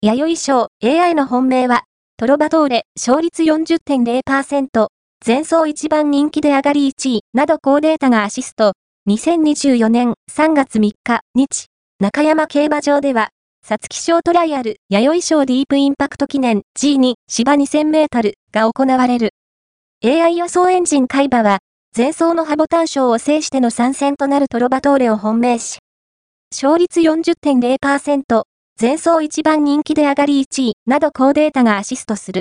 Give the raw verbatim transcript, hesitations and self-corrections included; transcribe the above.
弥生賞 エーアイ の本命は、トロバトーレ勝率 よんじゅってんゼロパーセント、前走一番人気で上がりいちいなど高データがアシスト。にせんにじゅうよねんさんがつみっか日、中山競馬場では、皐月賞トライアル弥生賞ディープインパクト記念 ジーに 芝にせんメートルが行われる。エーアイ 予想エンジン海馬は、前走のハボタン賞を制しての参戦となるトロバトーレを本命し、勝率 よんじゅってんゼロパーセント、前走一番人気で上がりいちいなど高データがアシストする。